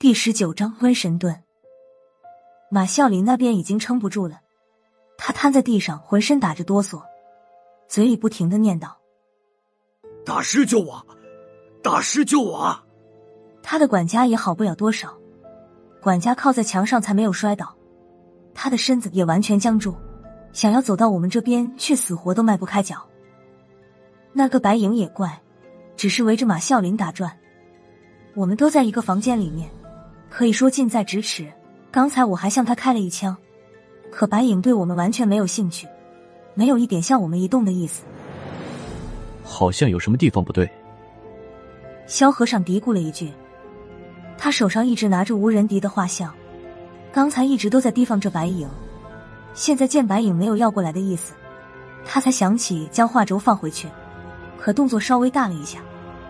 第19章瘟神盾。马啸林那边已经撑不住了，他瘫在地上，浑身打着哆嗦，嘴里不停地念叨： 大师救我，大师救我。 他的管家也好不了多少，管家靠在墙上才没有摔倒，他的身子也完全僵住，想要走到我们这边，却死活都迈不开脚。那个白影也怪，只是围着马啸林打转。我们都在一个房间里面，可以说近在咫尺。刚才我还向他开了一枪，可白影对我们完全没有兴趣，没有一点向我们移动的意思。 好像有什么地方不对。 萧和尚嘀咕了一句，他手上一直拿着无人敌的画像，刚才一直都在提防着白影，现在见白影没有要过来的意思，他才想起将画轴放回去，可动作稍微大了一下，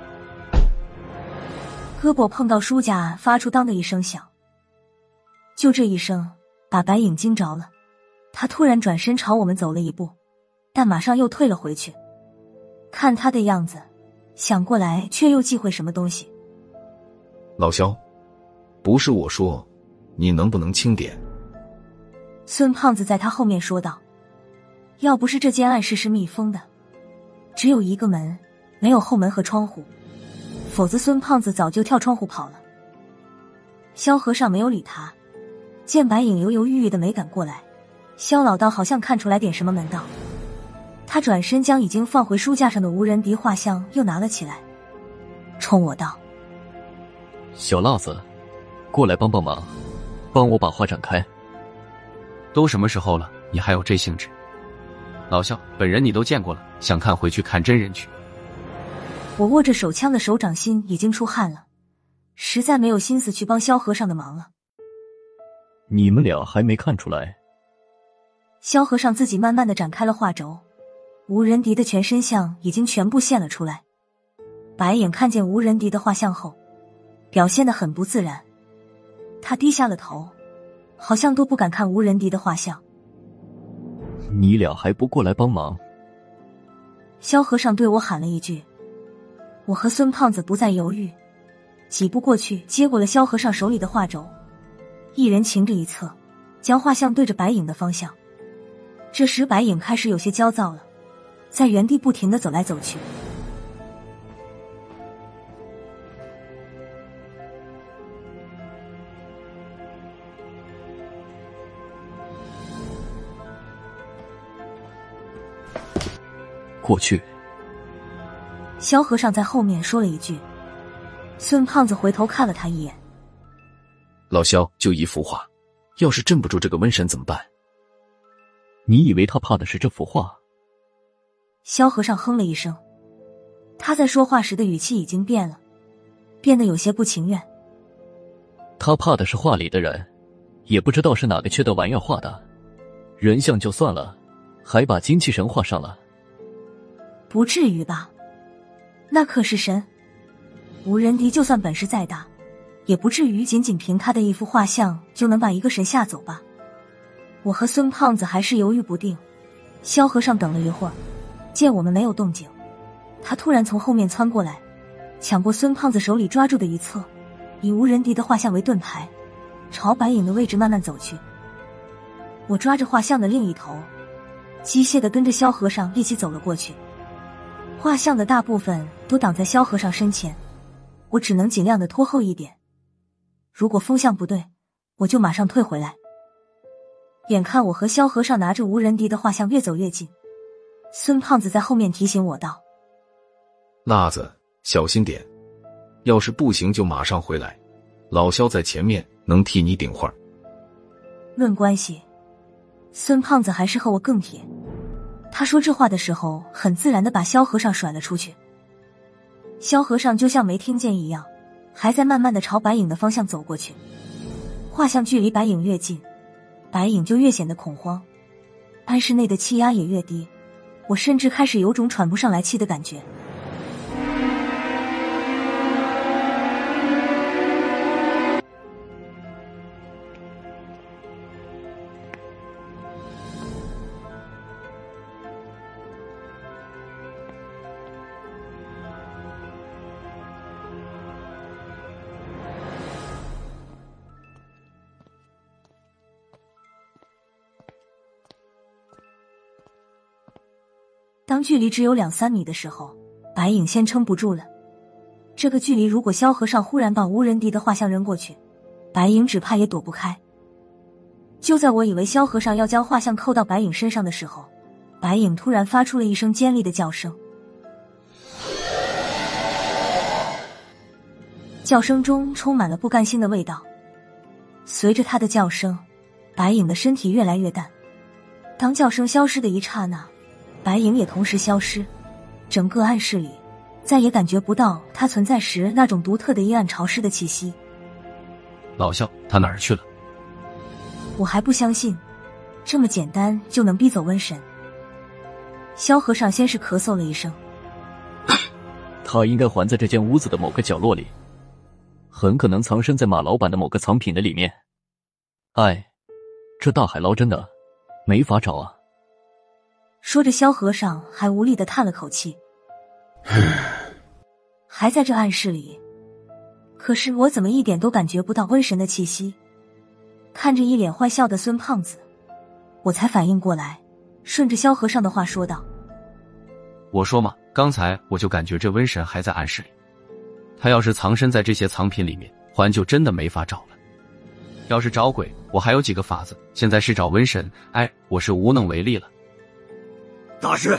胳膊碰到书架，发出当的一声响。就这一声，把白影惊着了，他突然转身朝我们走了一步，但马上又退了回去。看他的样子，想过来却又忌讳什么东西。 老萧，不是我说，你能不能轻点？ 孙胖子在他后面说道。要不是这间暗室是密封的，只有一个门，没有后门和窗户，否则孙胖子早就跳窗户跑了。萧和尚没有理他，见白影犹犹豫豫的没赶过来，萧老道好像看出来点什么门道，他转身将已经放回书架上的无人敌画像又拿了起来，冲我道： 小辣子，过来帮帮忙，帮我把画展开。 都什么时候了，你还有这兴致？老萧，本人你都见过了，想看回去看真人去。 我握着手枪的手掌心已经出汗了，实在没有心思去帮萧和尚的忙了。 你们俩还没看出来？ 萧和尚自己慢慢地展开了画轴，无人敌的全身像已经全部现了出来。白影看见无人敌的画像后，表现得很不自然，他低下了头，好像都不敢看无人敌的画像。 你俩还不过来帮忙？ 萧和尚对我喊了一句，我和孙胖子不再犹豫，几步过去接过了萧和尚手里的画轴，一人擎着一侧，将画像对着白影的方向。这时白影开始有些焦躁了，在原地不停地走来走去。 过去。 萧和尚在后面说了一句，孙胖子回头看了他一眼。 老萧，就一幅画，要是镇不住这个瘟神怎么办？ 你以为他怕的是这幅画？ 萧和尚哼了一声，他在说话时的语气已经变了，变得有些不情愿。 他怕的是画里的人，也不知道是哪个缺德玩意儿画的，人像就算了，还把精气神画上了。 不至于吧？那可是神，无人敌就算本事再大，也不至于仅仅凭他的一幅画像就能把一个神吓走吧。我和孙胖子还是犹豫不定。萧和尚等了一会儿，见我们没有动静，他突然从后面窜过来，抢过孙胖子手里抓住的一侧，以无人敌的画像为盾牌，朝白影的位置慢慢走去。我抓着画像的另一头，机械地跟着萧和尚一起走了过去。画像的大部分都挡在萧和尚身前，我只能尽量的拖后一点，如果风向不对，我就马上退回来。眼看我和萧和尚拿着无人敌的画像越走越近，孙胖子在后面提醒我道： 辣子，小心点，要是不行就马上回来，老萧在前面能替你顶会儿。 论关系，孙胖子还是和我更铁，他说这话的时候很自然地把萧和尚甩了出去。萧和尚就像没听见一样，还在慢慢地朝白影的方向走过去。画像距离白影越近，白影就越显得恐慌，暗室内的气压也越低，我甚至开始有种喘不上来气的感觉。 当距离只有2-3米的时候，白影先撑不住了。这个距离如果萧和尚忽然把无人敌的画像扔过去，白影只怕也躲不开。就在我以为萧和尚要将画像扣到白影身上的时候，白影突然发出了一声尖利的叫声，叫声中充满了不甘心的味道。随着他的叫声，白影的身体越来越淡。当叫声消失的一刹那，白影也同时消失，整个暗室里再也感觉不到它存在时那种独特的阴暗潮湿的气息。 老萧他哪儿去了？ 我还不相信这么简单就能逼走瘟神。萧和尚先是咳嗽了一声， 他应该还在这间屋子的某个角落里，很可能藏身在马老板的某个藏品的里面。哎，这大海捞针的没法找啊。 说着萧和尚还无力地叹了口气。还在这暗室里，可是我怎么一点都感觉不到瘟神的气息。看着一脸坏笑的孙胖子，我才反应过来，顺着萧和尚的话说道： 我说嘛，刚才我就感觉这瘟神还在暗室里，他要是藏身在这些藏品里面，还就真的没法找了。要是找鬼，我还有几个法子，现在是找瘟神，哎，我是无能为力了。 大师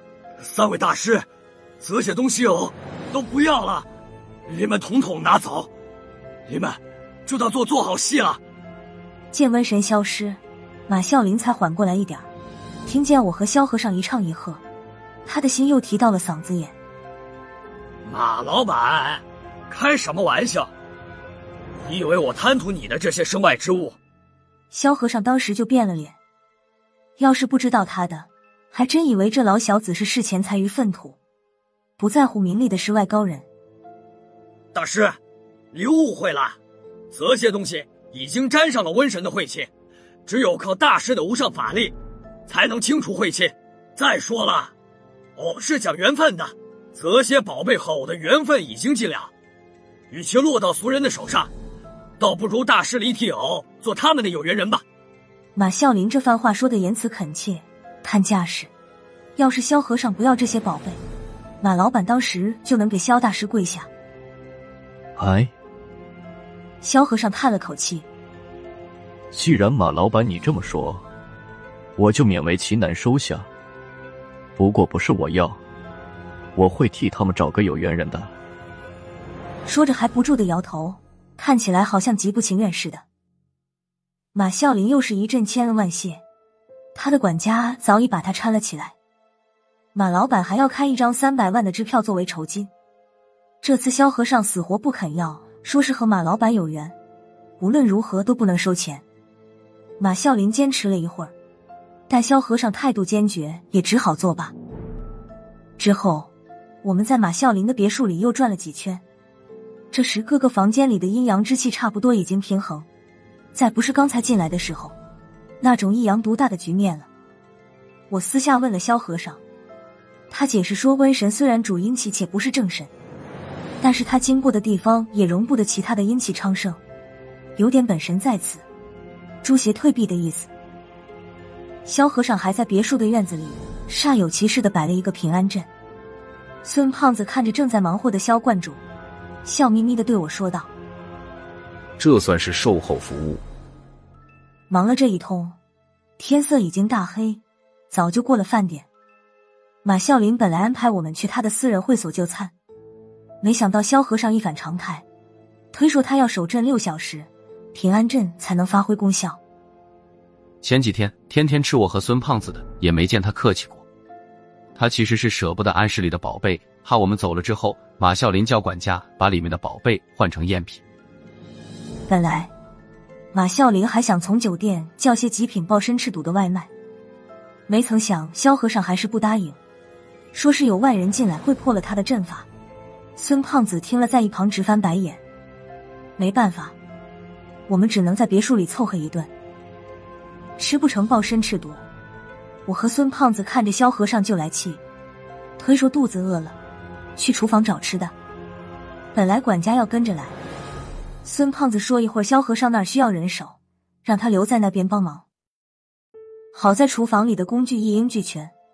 ，3位大师，这些东西都不要了，你们统统拿走，你们就当做好戏了。 见瘟神消失，马啸林才缓过来一点，听见我和萧和尚一唱一和，他的心又提到了嗓子眼。 马老板，开什么玩笑？你以为我贪图你的这些身外之物？ 萧和尚当时就变了脸，要是不知道他的，还真以为这老小子是视钱财于粪土，不在乎名利的世外高人。 大师，你误会了，这些东西已经沾上了瘟神的晦气，只有靠大师的无上法力才能清除晦气。再说了，我是讲缘分的，这些宝贝和我的缘分已经尽了，与其落到俗人的手上，倒不如大师离体偶做他们的有缘人吧。 马啸林这番话说的言辞恳切，看架势，要是萧和尚不要这些宝贝，马老板当时就能给萧大师跪下。 哎， 萧和尚叹了口气， 既然马老板你这么说，我就勉为其难收下。不过不是我要，我会替他们找个有缘人的。 说着还不住地摇头，看起来好像极不情愿似的。马啸林又是一阵千恩万谢，他的管家早已把他搀了起来。马老板还要开一张300万的支票作为酬金。这次萧和尚死活不肯要，说是和马老板有缘，无论如何都不能收钱。马啸林坚持了一会儿，但萧和尚态度坚决，也只好作罢。之后我们在马啸林的别墅里又转了几圈，这时各个房间里的阴阳之气差不多已经平衡，再不是刚才进来的时候那种一阳独大的局面了。我私下问了萧和尚，他解释说瘟神虽然主阴气且不是正神，但是他经过的地方也容不得其他的阴气昌盛，有点本神在此，诸邪退避的意思。萧和尚还在别墅的院子里煞有其事地摆了一个平安阵。孙胖子看着正在忙活的萧观主，笑眯眯地对我说道： 这算是售后服务。 忙了这一通，天色已经大黑，早就过了饭点。马啸林本来安排我们去他的私人会所就餐，没想到萧和尚一反常态，推说他要守阵6小时，平安阵才能发挥功效。 前几天天天吃我和孙胖子的，也没见他客气过。他其实是舍不得暗室里的宝贝，怕我们走了之后，马啸林叫管家把里面的宝贝换成赝品。 本来马啸林还想从酒店叫些极品爆参翅肚的外卖，没曾想萧和尚还是不答应，说是有外人进来会破了他的阵法。孙胖子听了在一旁直翻白眼。没办法，我们只能在别墅里凑合一顿。吃不成爆参翅肚，我和孙胖子看着萧和尚就来气，推说肚子饿了，去厨房找吃的。本来管家要跟着来，孙胖子说一会儿萧和尚那儿需要人手，让他留在那边帮忙。好在厨房里的工具一应俱全，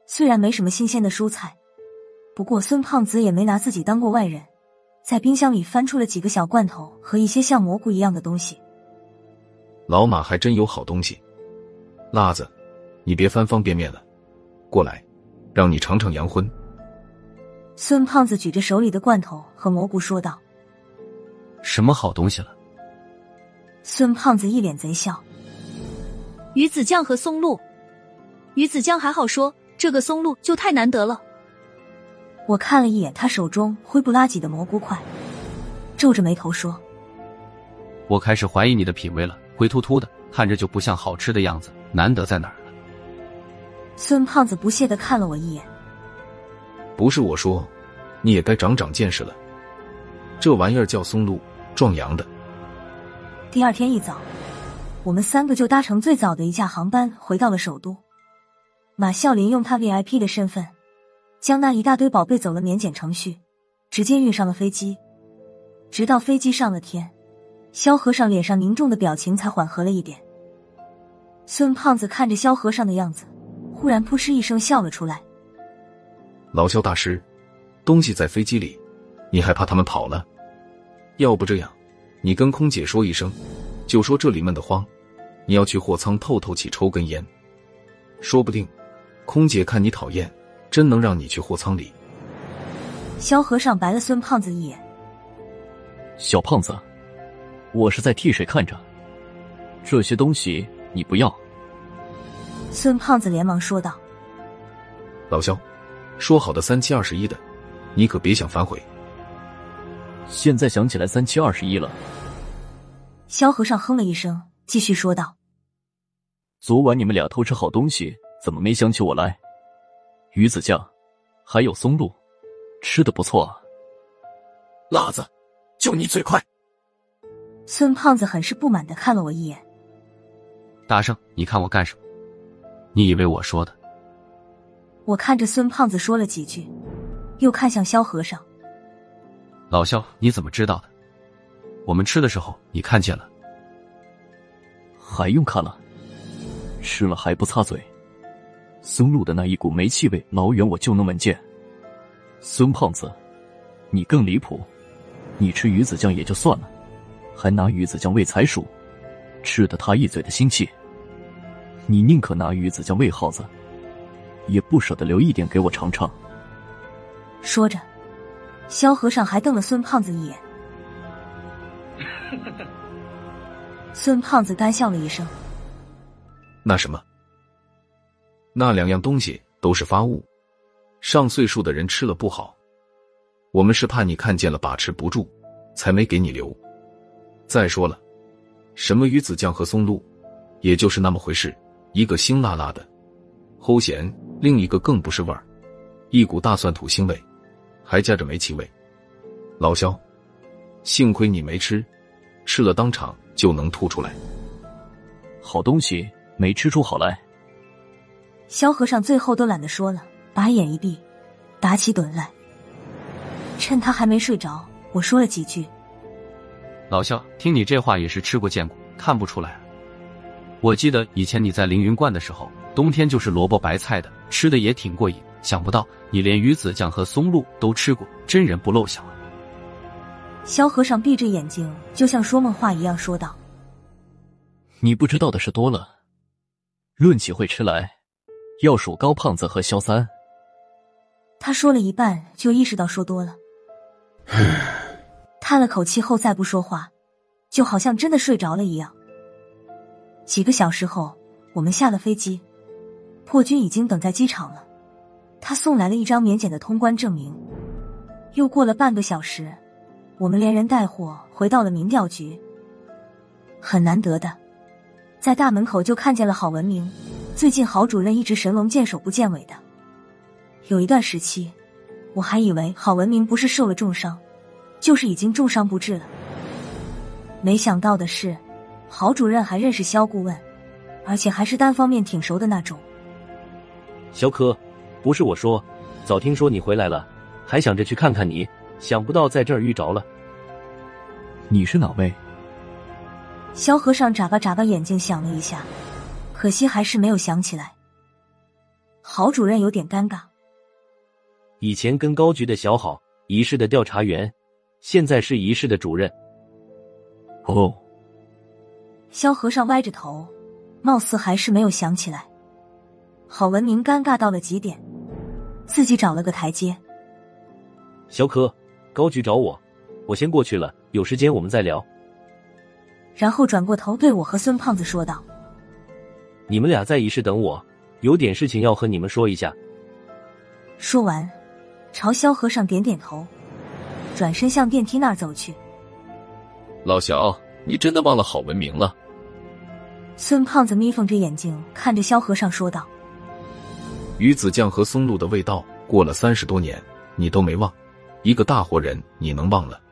虽然没什么新鲜的蔬菜，不过孙胖子也没拿自己当过外人，在冰箱里翻出了几个小罐头和一些像蘑菇一样的东西。 老马还真有好东西。辣子，你别翻方便面了，过来，让你尝尝洋荤。 孙胖子举着手里的罐头和蘑菇说道。 什么好东西了？ 孙胖子一脸贼笑。 鱼子酱和松露。鱼子酱还好说，这个松露就太难得了。 我看了一眼他手中灰不拉几的蘑菇块，皱着眉头说， 我开始怀疑你的品味了，灰秃秃的，看着就不像好吃的样子，难得在哪儿了？ 孙胖子不屑地看了我一眼。 不是我说，你也该长长见识了。这玩意儿叫松露，壮阳的。 第二天一早，我们3个就搭乘最早的一架航班回到了首都。马啸林用他 VIP 的身份，将那一大堆宝贝走了免检程序，直接运上了飞机。直到飞机上了天，萧和尚脸上凝重的表情才缓和了一点。孙胖子看着萧和尚的样子，忽然扑哧一声笑了出来。 老萧大师，东西在飞机里，你还怕他们跑了？要不这样，你跟空姐说一声，就说这里闷得慌，你要去货舱透透气，抽根烟，说不定空姐看你讨厌，真能让你去货舱里。 萧和尚白了孙胖子一眼。 小胖子，我是在替谁看着？这些东西你不要。 孙胖子连忙说道。 老萧，说好的3721的，你可别想反悔。 现在想起来3721了。 萧和尚哼了一声，继续说道。 昨晚你们俩偷吃好东西，怎么没想起我来？鱼子酱，还有松露，吃得不错啊。 辣子，就你最快。 孙胖子很是不满地看了我一眼。 大圣，你看我干什么？你以为我说的？ 我看着孙胖子说了几句，又看向萧和尚。 老萧，你怎么知道的？我们吃的时候你看见了。 还用看了？吃了还不擦嘴？松露的那一股霉气味，老远我就能闻见。孙胖子，你更离谱，你吃鱼子酱也就算了，还拿鱼子酱喂财鼠，吃得他一嘴的腥气。你宁可拿鱼子酱喂耗子，也不舍得留一点给我尝尝。 说着，萧和尚还瞪了孙胖子一眼。孙胖子干笑了一声。 那什么，那2样东西都是发物，上岁数的人吃了不好，我们是怕你看见了把持不住，才没给你留。再说了，什么鱼子酱和松露，也就是那么回事，一个腥辣辣的齁咸，另一个更不是味儿，一股大蒜土腥味，还夹着煤气味。老萧，幸亏你没吃，吃了当场就能吐出来。 好东西没吃出好来。 萧和尚最后都懒得说了，把眼一闭，打起盹来。趁他还没睡着，我说了几句。 老萧，听你这话也是吃过见过，看不出来啊。我记得以前你在凌云观的时候，冬天就是萝卜白菜的，吃的也挺过瘾。想不到你连鱼子酱和松露都吃过，真人不露相啊。 萧和尚闭着眼睛，就像说梦话一样说道。 你不知道的事多了，论起会吃来，要数高胖子和萧三。 他说了一半，就意识到说多了，叹了口气后再不说话，就好像真的睡着了一样。几个小时后，我们下了飞机，破军已经等在机场了。他送来了一张免检的通关证明。又过了半个小时，我们连人带货回到了民调局。很难得的，在大门口就看见了郝文明。最近郝主任一直神龙见首不见尾的，有一段时期我还以为郝文明不是受了重伤，就是已经重伤不治了。没想到的是，郝主任还认识萧顾问，而且还是单方面挺熟的那种。 萧科，不是我说，早听说你回来了，还想着去看看你，想不到在这儿遇着了。 你是哪位？ 萧和尚眨巴眨巴眼睛想了一下，可惜还是没有想起来。 郝主任有点尴尬。 以前跟高局的小郝，仪式的调查员，现在是仪式的主任。 哦。 萧和尚歪着头，貌似还是没有想起来。郝文明尴尬到了极点，自己找了个台阶。 小可，高局找我，我先过去了，有时间我们再聊。 然后转过头对我和孙胖子说道： 你们俩在仪式等我，有点事情要和你们说一下。 说完，朝萧和尚点点头，转身向电梯那儿走去。 老小，你真的忘了郝文明了？ 孙胖子眯缝着眼睛看着萧和尚说道： 鱼子酱和松露的味道，过了30多年，你都没忘，一个大活人你能忘了？